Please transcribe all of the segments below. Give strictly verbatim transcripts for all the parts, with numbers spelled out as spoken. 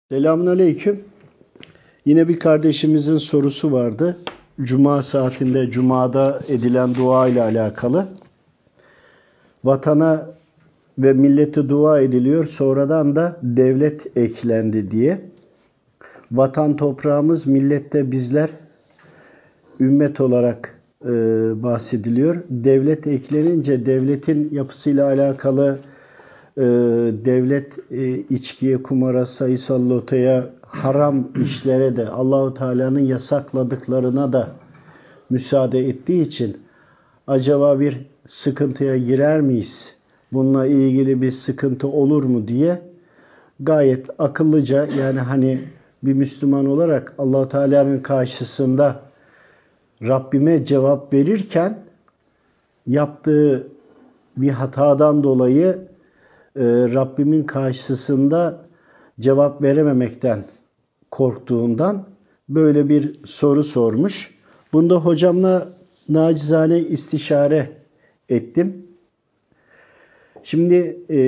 Selamünaleyküm. Yine bir kardeşimizin sorusu vardı. Cuma saatinde Cuma'da edilen dua ile alakalı. Vatana ve millete dua ediliyor. Sonradan da devlet eklendi diye. Vatan toprağımız, millette bizler ümmet olarak e, bahsediliyor. Devlet eklenince devletin yapısıyla alakalı e, devlet e, içkiye, kumara, sayısal lotoya, haram işlere de Allahu Teala'nın yasakladıklarına da müsaade ettiği için acaba bir sıkıntıya girer miyiz? Bununla ilgili bir sıkıntı olur mu diye gayet akıllıca, yani hani bir Müslüman olarak Allahu Teala'nın karşısında Rabbime cevap verirken yaptığı bir hatadan dolayı e, Rabbimin karşısında cevap verememekten korktuğundan böyle bir soru sormuş. Bunda hocamla nacizane istişare ettim. Şimdi e,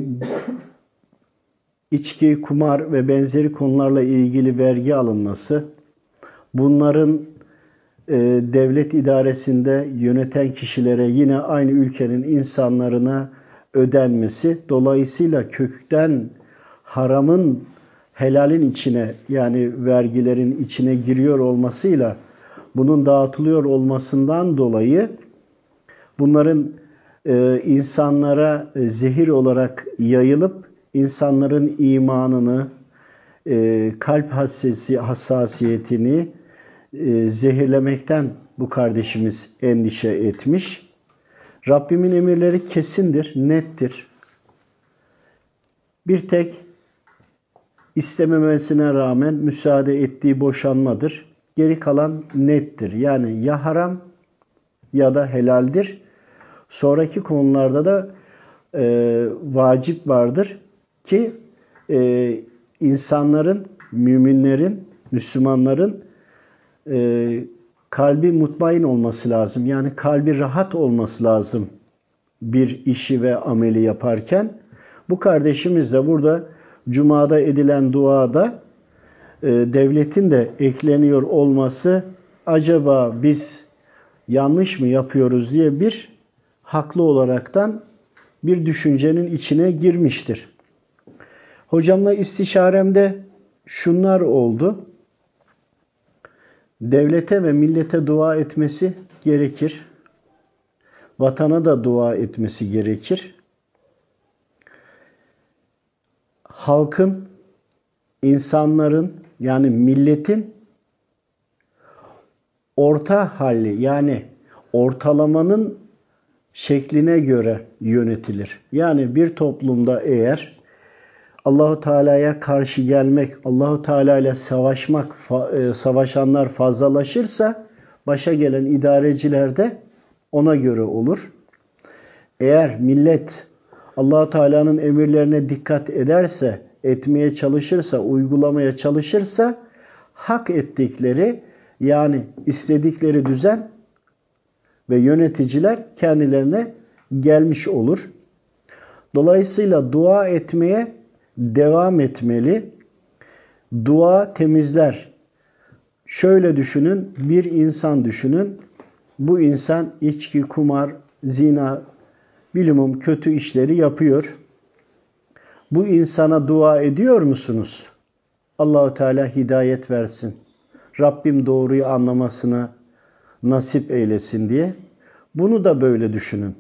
içki, kumar ve benzeri konularla ilgili vergi alınması, bunların e, devlet idaresinde yöneten kişilere, yine aynı ülkenin insanlarına ödenmesi, dolayısıyla kökten haramın helalin içine, yani vergilerin içine giriyor olmasıyla bunun dağıtılıyor olmasından dolayı bunların e, insanlara e, zehir olarak yayılıp insanların imanını, e, kalp hassasi, hassasiyetini e, zehirlemekten bu kardeşimiz endişe etmiş. Rabbimin emirleri kesindir, nettir. Bir tek istememesine rağmen müsaade ettiği boşanmadır. Geri kalan nettir. Yani ya haram ya da helaldir. Sonraki konularda da e, vacip vardır ki e, insanların, müminlerin, Müslümanların e, kalbi mutmain olması lazım. Yani kalbi rahat olması lazım bir işi ve ameli yaparken. Bu kardeşimiz de burada Cuma'da edilen duada e, devletin de ekleniyor olması, acaba biz yanlış mı yapıyoruz diye bir haklı olaraktan bir düşüncenin içine girmiştir. Hocamla istişaremde şunlar oldu. Devlete ve millete dua etmesi gerekir. Vatana da dua etmesi gerekir. Halkın, insanların, yani milletin orta halli, yani ortalamanın şekline göre yönetilir. Yani bir toplumda eğer Allahu Teala'ya karşı gelmek, Allahu Teala ile savaşmak, savaşanlar fazlalaşırsa başa gelen idareciler de ona göre olur. Eğer millet Allahu Teala'nın emirlerine dikkat ederse, etmeye çalışırsa, uygulamaya çalışırsa hak ettikleri, yani istedikleri düzen ve yöneticiler kendilerine gelmiş olur. Dolayısıyla dua etmeye devam etmeli. Dua temizler. Şöyle düşünün, bir insan düşünün. Bu insan içki, kumar, zina, bilimum kötü işleri yapıyor. Bu insana dua ediyor musunuz? Allahu Teala hidayet versin. Rabbim doğruyu anlamasını nasip eylesin diye. Bunu da böyle düşünün.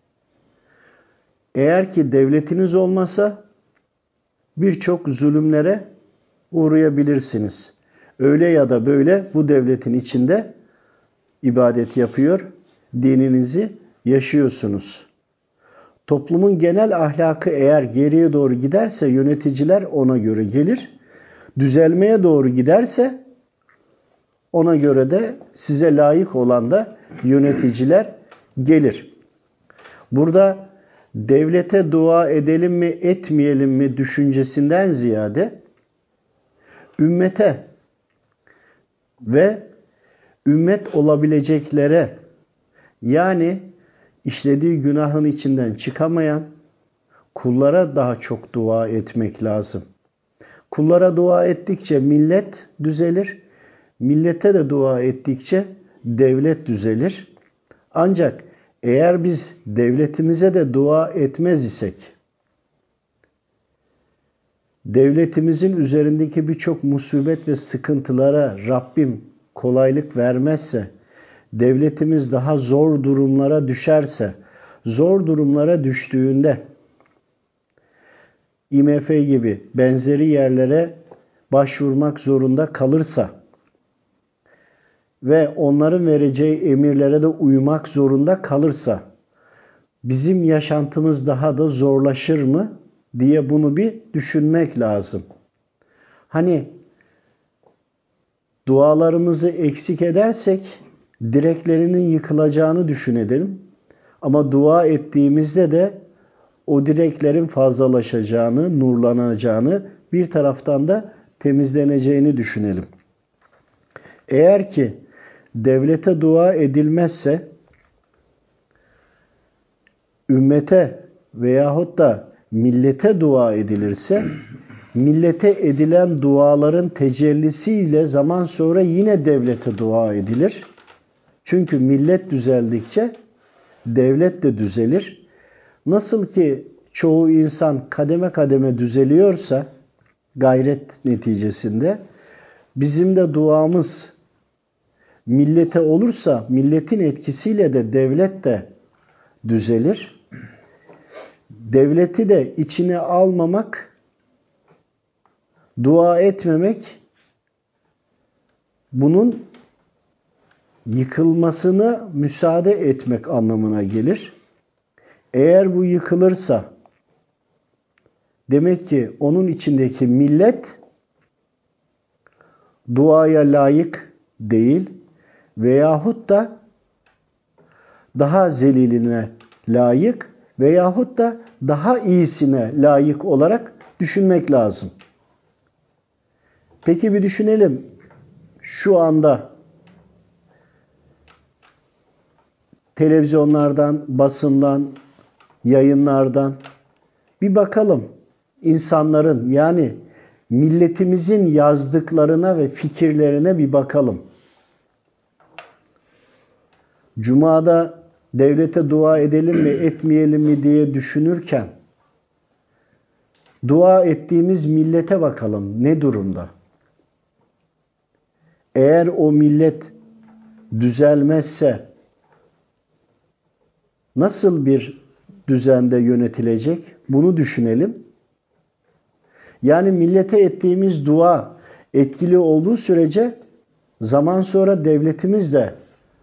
Eğer ki devletiniz olmasa birçok zulümlere uğrayabilirsiniz. Öyle ya da böyle bu devletin içinde ibadet yapıyor, dininizi yaşıyorsunuz. Toplumun genel ahlakı eğer geriye doğru giderse yöneticiler ona göre gelir. Düzelmeye doğru giderse ona göre de size layık olan da yöneticiler gelir. Burada devlete dua edelim mi etmeyelim mi düşüncesinden ziyade ümmete ve ümmet olabileceklere, yani işlediği günahın içinden çıkamayan kullara daha çok dua etmek lazım. Kullara dua ettikçe millet düzelir. Millete de dua ettikçe devlet düzelir. Ancak eğer biz devletimize de dua etmez isek, devletimizin üzerindeki birçok musibet ve sıkıntılara Rabbim kolaylık vermezse, devletimiz daha zor durumlara düşerse, zor durumlara düştüğünde I M F gibi benzeri yerlere başvurmak zorunda kalırsa ve onların vereceği emirlere de uymak zorunda kalırsa bizim yaşantımız daha da zorlaşır mı diye bunu bir düşünmek lazım. Hani dualarımızı eksik edersek direklerinin yıkılacağını düşünelim. Ama dua ettiğimizde de o direklerin fazlalaşacağını, nurlanacağını, bir taraftan da temizleneceğini düşünelim. Eğer ki devlete dua edilmezse, ümmete veyahut da millete dua edilirse, millete edilen duaların tecellisiyle zaman sonra yine devlete dua edilir. Çünkü millet düzeldikçe devlet de düzelir. Nasıl ki çoğu insan kademe kademe düzeliyorsa gayret neticesinde, bizim de duamız millete olursa milletin etkisiyle de devlet de düzelir. Devleti de içine almamak, dua etmemek, bunun yıkılmasına müsaade etmek anlamına gelir. Eğer bu yıkılırsa, demek ki onun içindeki millet duaya layık değil veyahut da daha zeliline layık veyahut da daha iyisine layık olarak düşünmek lazım. Peki bir düşünelim. Şu anda televizyonlardan, basından, yayınlardan bir bakalım. İnsanların, yani milletimizin yazdıklarına ve fikirlerine bir bakalım. Cuma'da devlete dua edelim mi, etmeyelim mi diye düşünürken dua ettiğimiz millete bakalım ne durumda? Eğer o millet düzelmezse nasıl bir düzende yönetilecek? Bunu düşünelim. Yani millete ettiğimiz dua etkili olduğu sürece zaman sonra devletimiz de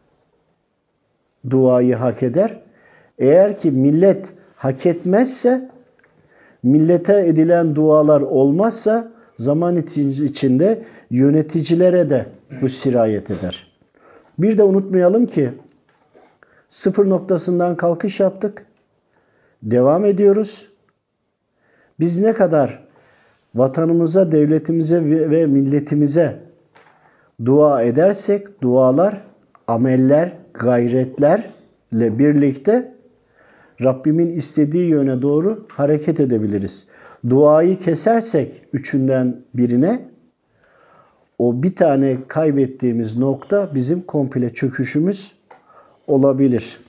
duayı hak eder. Eğer ki millet hak etmezse, millete edilen dualar olmazsa zaman içinde yöneticilere de bu sirayet eder. Bir de unutmayalım ki sıfır noktasından kalkış yaptık. Devam ediyoruz. Biz ne kadar vatanımıza, devletimize ve milletimize dua edersek, dualar, ameller, gayretlerle birlikte Rabbimin istediği yöne doğru hareket edebiliriz. Duayı kesersek üçünden birine, o bir tane kaybettiğimiz nokta bizim komple çöküşümüz olabilir.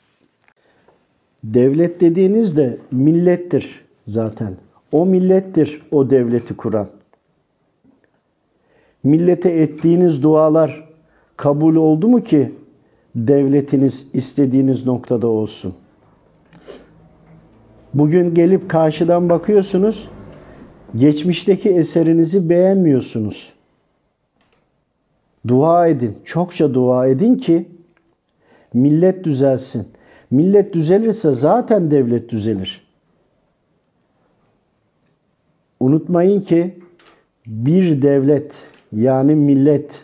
Devlet dediğiniz de millettir zaten. O millettir o devleti kuran. Millete ettiğiniz dualar kabul oldu mu ki devletiniz istediğiniz noktada olsun? Bugün gelip karşıdan bakıyorsunuz, geçmişteki eserinizi beğenmiyorsunuz. Dua edin, çokça dua edin ki millet düzelsin. Millet düzelirse zaten devlet düzelir. Unutmayın ki bir devlet, yani millet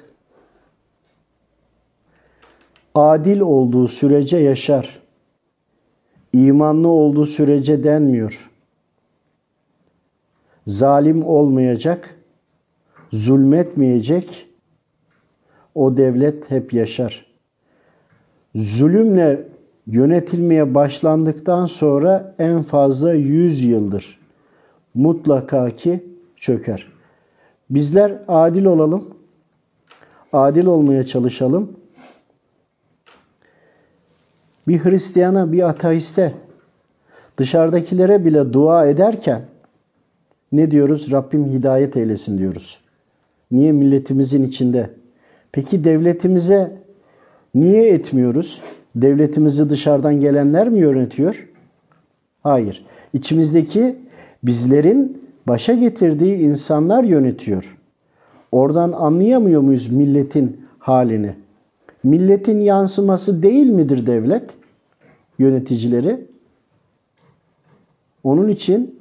adil olduğu sürece yaşar. İmanlı olduğu sürece denmiyor. Zalim olmayacak, zulmetmeyecek, o devlet hep yaşar. Zulümle yönetilmeye başlandıktan sonra en fazla yüz yıldır mutlaka ki çöker. Bizler adil olalım. Adil olmaya çalışalım. Bir Hristiyana, bir ateiste, dışarıdakilere bile dua ederken ne diyoruz? Rabbim hidayet eylesin diyoruz. Niye? Milletimizin içinde. Peki devletimize niye etmiyoruz? Devletimizi dışarıdan gelenler mi yönetiyor? Hayır. İçimizdeki bizlerin başa getirdiği insanlar yönetiyor. Oradan anlayamıyor muyuz milletin halini? Milletin yansıması değil midir devlet yöneticileri? Onun için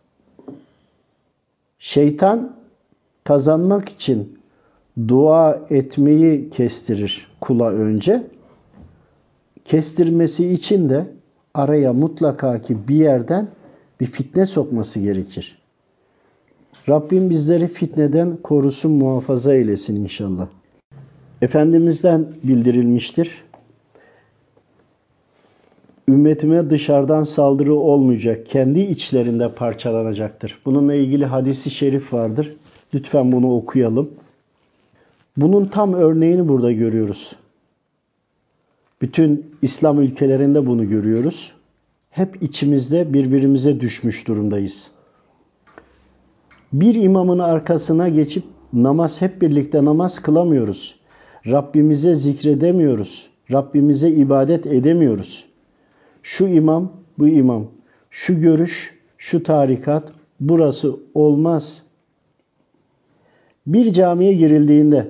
şeytan kazanmak için dua etmeyi kestirir kula önce. Kestirmesi için de araya mutlaka ki bir yerden bir fitne sokması gerekir. Rabbim bizleri fitneden korusun, muhafaza eylesin inşallah. Efendimiz'den bildirilmiştir. Ümmetime dışarıdan saldırı olmayacak, kendi içlerinde parçalanacaktır. Bununla ilgili hadisi şerif vardır. Lütfen bunu okuyalım. Bunun tam örneğini burada görüyoruz. Bütün İslam ülkelerinde bunu görüyoruz. Hep içimizde birbirimize düşmüş durumdayız. Bir imamın arkasına geçip namaz hep birlikte namaz kılamıyoruz. Rabbimize zikredemiyoruz. Rabbimize ibadet edemiyoruz. Şu imam, bu imam, şu görüş, şu tarikat, burası olmaz. Bir camiye girildiğinde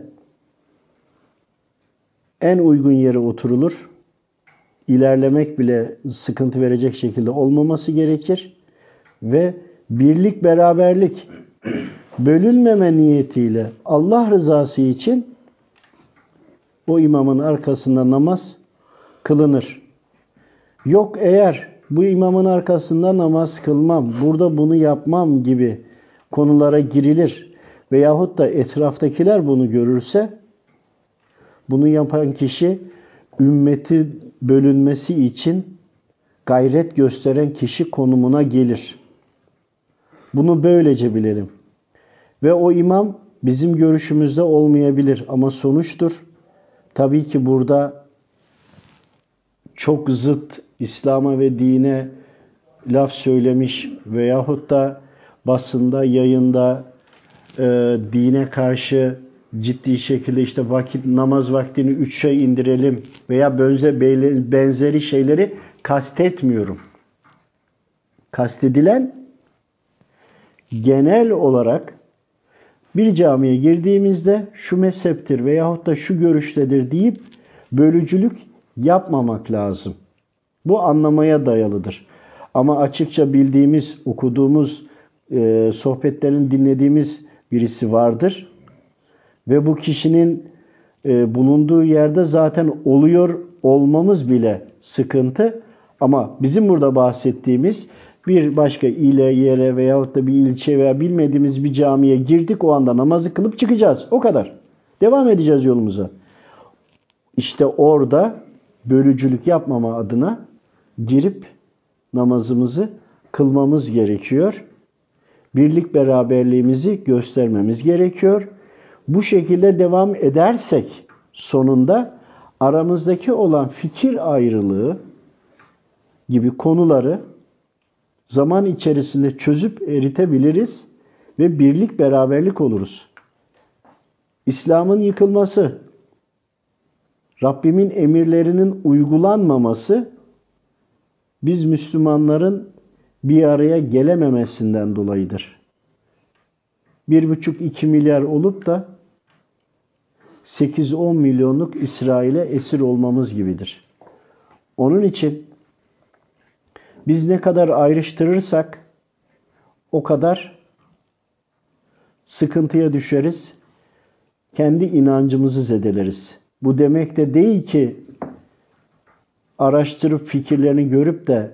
en uygun yere oturulur. İlerlemek bile sıkıntı verecek şekilde olmaması gerekir. Ve birlik, beraberlik, bölünmeme niyetiyle Allah rızası için o imamın arkasında namaz kılınır. Yok eğer bu imamın arkasında namaz kılmam, burada bunu yapmam gibi konulara girilir veyahut da etraftakiler bunu görürse bunu yapan kişi ümmeti bölünmesi için gayret gösteren kişi konumuna gelir. Bunu böylece bilelim. Ve o imam bizim görüşümüzde olmayabilir ama sonuçtur. Tabii ki burada çok zıt İslam'a ve dine laf söylemiş veyahut da basında, yayında e, dine karşı ciddi şekilde işte vakit namaz vaktini üçe indirelim veya benzeri şeyleri kastetmiyorum. Kastedilen genel olarak bir camiye girdiğimizde şu mezheptir veyahut da şu görüştedir deyip bölücülük yapmamak lazım. Bu anlamaya dayalıdır. Ama açıkça bildiğimiz, okuduğumuz, e, sohbetlerini dinlediğimiz birisi vardır. Ve bu kişinin e, bulunduğu yerde zaten oluyor olmamız bile sıkıntı. Ama bizim burada bahsettiğimiz bir başka ile, yere veyahut da bir ilçe veya bilmediğimiz bir camiye girdik. O anda namazı kılıp çıkacağız. O kadar. Devam edeceğiz yolumuza. İşte orada bölücülük yapmama adına girip namazımızı kılmamız gerekiyor. Birlik beraberliğimizi göstermemiz gerekiyor. Bu şekilde devam edersek sonunda aramızdaki olan fikir ayrılığı gibi konuları zaman içerisinde çözüp eritebiliriz ve birlik beraberlik oluruz. İslam'ın yıkılması, Rabbimin emirlerinin uygulanmaması biz Müslümanların bir araya gelememesinden dolayıdır. Bir buçuk iki milyar olup da sekiz on milyonluk İsrail'e esir olmamız gibidir. Onun için biz ne kadar ayrıştırırsak o kadar sıkıntıya düşeriz. Kendi inancımızı zedeleriz. Bu demek de değil ki araştırıp fikirlerini görüp de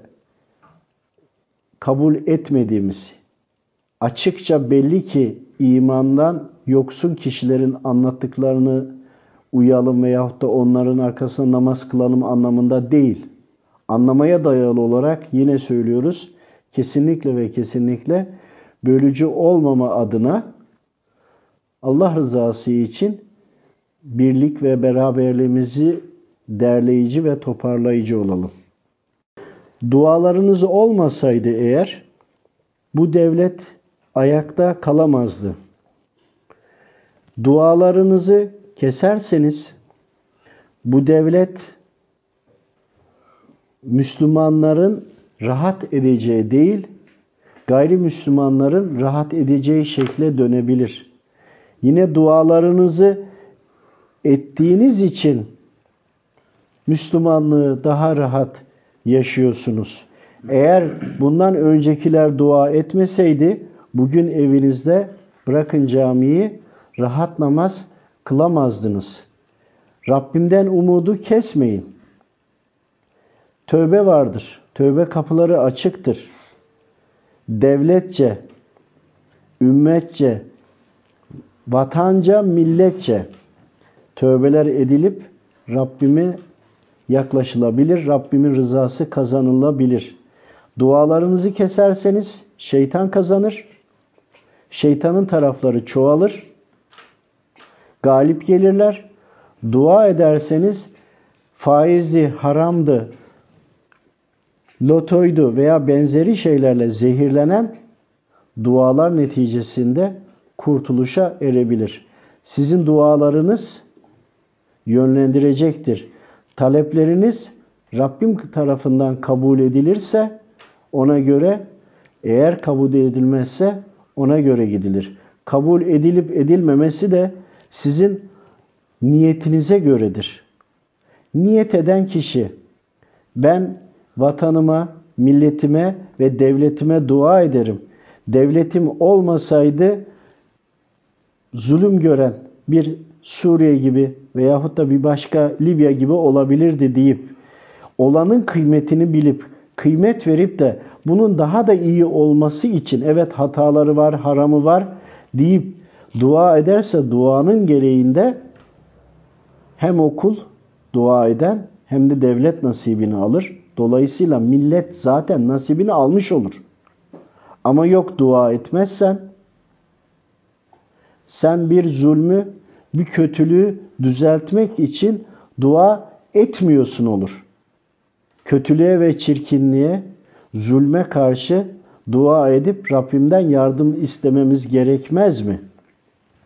kabul etmediğimiz, açıkça belli ki imandan yoksun kişilerin anlattıklarını uyalım veyahut da onların arkasında namaz kılalım anlamında değil. Anlamaya dayalı olarak yine söylüyoruz, kesinlikle ve kesinlikle bölücü olmama adına Allah rızası için birlik ve beraberliğimizi derleyici ve toparlayıcı olalım. Dualarınız olmasaydı eğer bu devlet ayakta kalamazdı. Dualarınızı keserseniz bu devlet Müslümanların rahat edeceği değil, gayrimüslimlerin rahat edeceği şekle dönebilir. Yine dualarınızı ettiğiniz için Müslümanlığı daha rahat yaşıyorsunuz. Eğer bundan öncekiler dua etmeseydi bugün evinizde bırakın camiyi rahat namaz kılamazdınız. Rabbimden umudu kesmeyin. Tövbe vardır. Tövbe kapıları açıktır. Devletçe, ümmetçe, vatanca, milletçe tövbeler edilip Rabbime yaklaşılabilir. Rabbimin rızası kazanılabilir. Dualarınızı keserseniz şeytan kazanır. Şeytanın tarafları çoğalır. Galip gelirler. Dua ederseniz faizli, haramdı, lotoydu veya benzeri şeylerle zehirlenen dualar neticesinde kurtuluşa erebilir. Sizin dualarınız yönlendirecektir. Talepleriniz Rabbim tarafından kabul edilirse ona göre, eğer kabul edilmezse ona göre gidilir. Kabul edilip edilmemesi de sizin niyetinize göredir. Niyet eden kişi, ben vatanıma, milletime ve devletime dua ederim. Devletim olmasaydı zulüm gören bir Suriye gibi veyahut da bir başka Libya gibi olabilirdi deyip olanın kıymetini bilip kıymet verip de bunun daha da iyi olması için evet hataları var, haramı var deyip dua ederse duanın gereğinde hem okul dua eden hem de devlet nasibini alır. Dolayısıyla millet zaten nasibini almış olur. Ama yok dua etmezsen sen bir zulmü, bir kötülüğü düzeltmek için dua etmiyorsun olur. Kötülüğe ve çirkinliğe, zulme karşı dua edip Rabbimden yardım istememiz gerekmez mi?